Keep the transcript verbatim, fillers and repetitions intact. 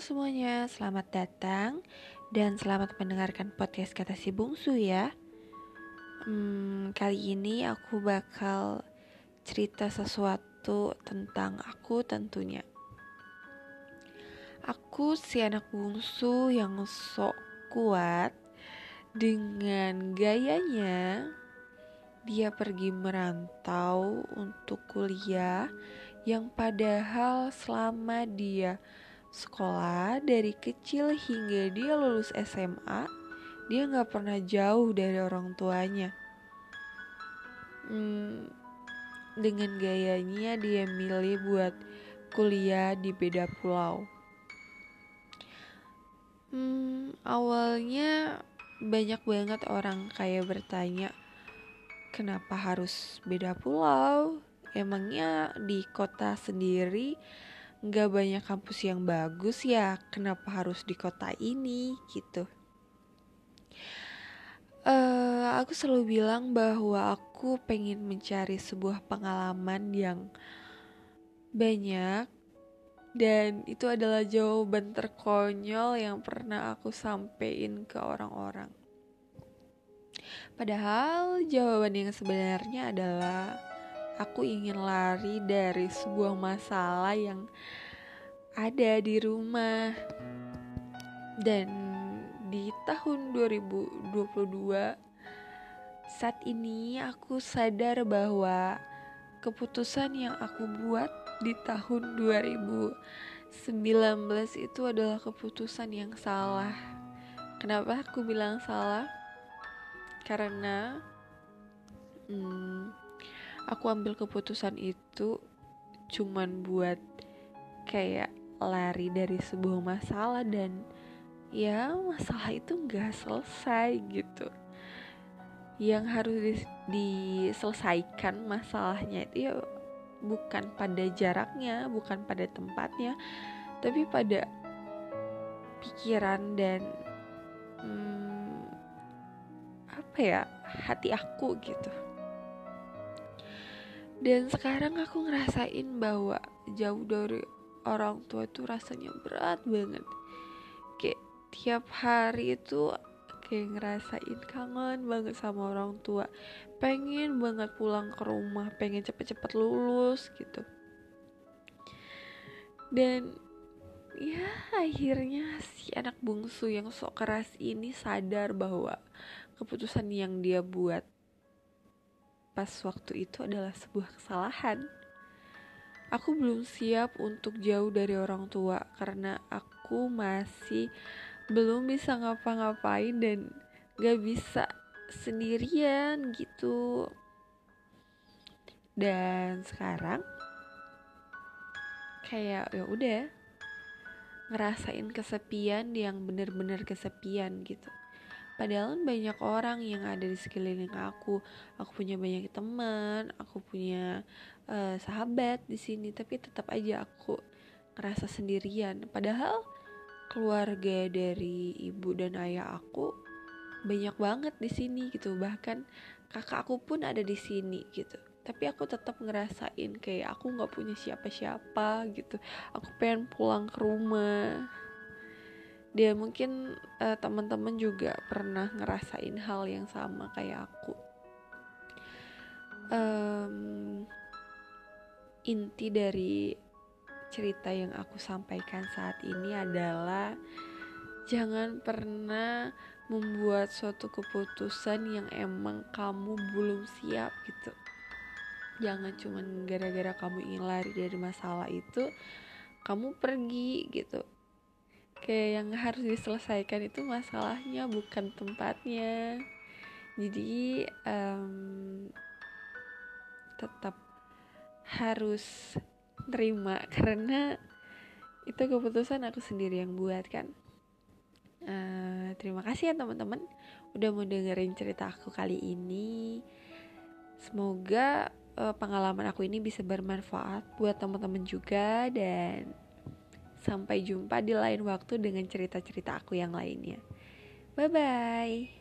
semuanya, selamat datang dan selamat mendengarkan podcast Kata Si Bungsu ya. hmm, Kali ini aku bakal cerita sesuatu tentang aku tentunya. Aku si anak bungsu yang sok kuat. Dengan gayanya, dia pergi merantau untuk kuliah, yang padahal selama dia sekolah dari kecil hingga dia lulus S M A, dia gak pernah jauh dari orang tuanya. hmm, Dengan gayanya dia milih buat kuliah di beda pulau. hmm, Awalnya banyak banget orang kayak bertanya, kenapa harus beda pulau? Emangnya di kota sendiri gak banyak kampus yang bagus ya? Kenapa harus di kota ini gitu? Uh, aku selalu bilang bahwa aku pengen mencari sebuah pengalaman yang banyak, dan itu adalah jawaban terkonyol yang pernah aku sampein ke orang-orang. Padahal jawaban yang sebenarnya adalah aku ingin lari dari sebuah masalah yang ada di rumah. Dan di tahun dua ribu dua puluh dua, saat ini aku sadar bahwa keputusan yang aku buat di tahun dua ribu sembilan belas itu adalah keputusan yang salah. Kenapa aku bilang salah? Karena hmm, aku ambil keputusan itu cuman buat kayak lari dari sebuah masalah, dan ya masalah itu gak selesai gitu. Yang harus dis- diselesaikan masalahnya itu ya bukan pada jaraknya, bukan pada tempatnya, tapi pada pikiran dan hmm, apa ya, hati aku gitu. Dan sekarang aku ngerasain bahwa jauh dari orang tua itu rasanya berat banget. Kayak tiap hari itu kayak ngerasain kangen banget sama orang tua. Pengen banget pulang ke rumah, pengen cepet-cepet lulus gitu. Dan ya akhirnya si anak bungsu yang sok keras ini sadar bahwa keputusan yang dia buat pas waktu itu adalah sebuah kesalahan. Aku belum siap untuk jauh dari orang tua karena aku masih belum bisa ngapa-ngapain dan gak bisa sendirian gitu. Dan sekarang kayak ya udah ngerasain kesepian yang bener-bener kesepian gitu. Padahal banyak orang yang ada di sekeliling aku. Aku punya banyak teman, aku punya uh, sahabat di sini, tapi tetap aja aku ngerasa sendirian. Padahal keluarga dari ibu dan ayah aku banyak banget di sini gitu. Bahkan kakak aku pun ada di sini gitu. Tapi aku tetap ngerasain kayak aku nggak punya siapa-siapa gitu. Aku pengen pulang ke rumah. Dia mungkin uh, teman-teman juga pernah ngerasain hal yang sama kayak aku. Um, inti dari cerita yang aku sampaikan saat ini adalah jangan pernah membuat suatu keputusan yang emang kamu belum siap gitu. Jangan cuma gara-gara kamu ingin lari dari masalah itu, kamu pergi gitu. Kayak yang harus diselesaikan itu masalahnya, bukan tempatnya. Jadi um, tetap harus terima karena itu keputusan aku sendiri yang buat kan. Uh, terima kasih ya teman-teman udah mau dengerin cerita aku kali ini. Semoga uh, pengalaman aku ini bisa bermanfaat buat teman-teman juga, dan sampai jumpa di lain waktu dengan cerita-cerita aku yang lainnya. Bye-bye.